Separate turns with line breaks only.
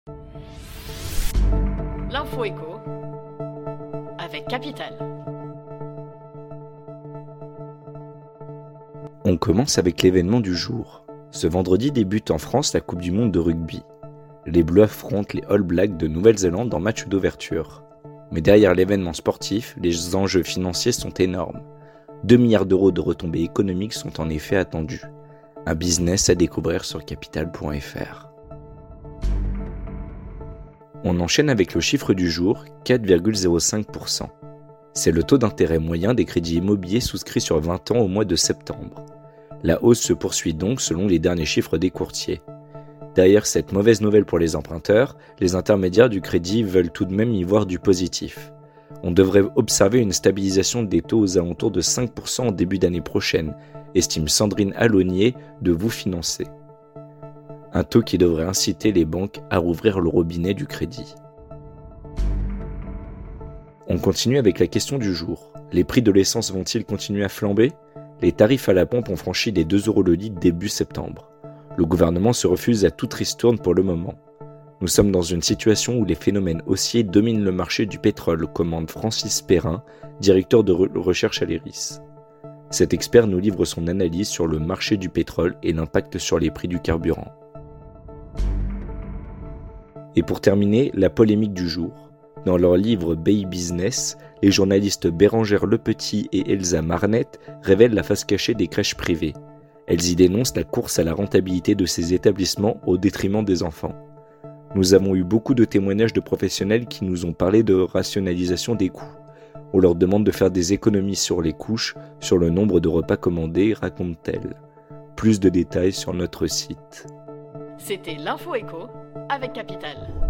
L'info écho avec Capital.
On commence avec l'événement du jour. Ce vendredi débute en France la Coupe du Monde de rugby. Les Bleus affrontent les All Blacks de Nouvelle-Zélande en match d'ouverture. Mais derrière l'événement sportif, les enjeux financiers sont énormes. 2 milliards d'euros de retombées économiques sont en effet attendus. Un business à découvrir sur capital.fr. On enchaîne avec le chiffre du jour, 4,05%. C'est le taux d'intérêt moyen des crédits immobiliers souscrits sur 20 ans au mois de septembre. La hausse se poursuit donc selon les derniers chiffres des courtiers. Derrière cette mauvaise nouvelle pour les emprunteurs, les intermédiaires du crédit veulent tout de même y voir du positif. On devrait observer une stabilisation des taux aux alentours de 5% en début d'année prochaine, estime Sandrine Alonier de Vous Financer. Un taux qui devrait inciter les banques à rouvrir le robinet du crédit. On continue avec la question du jour. Les prix de l'essence vont-ils continuer à flamber ? Les tarifs à la pompe ont franchi les 2 € le litre début septembre. Le gouvernement se refuse à toute ristourne pour le moment. Nous sommes dans une situation où les phénomènes haussiers dominent le marché du pétrole, commande Francis Perrin, directeur de recherche à l'ERIS. Cet expert nous livre son analyse sur le marché du pétrole et l'impact sur les prix du carburant. Et pour terminer, la polémique du jour. Dans leur livre BI Business, les journalistes Bérangère Lepetit et Elsa Marnette révèlent la face cachée des crèches privées. Elles y dénoncent la course à la rentabilité de ces établissements au détriment des enfants. Nous avons eu beaucoup de témoignages de professionnels qui nous ont parlé de rationalisation des coûts. On leur demande de faire des économies sur les couches, sur le nombre de repas commandés, raconte-t-elle. Plus de détails sur notre site.
C'était l'info écho avec Capital.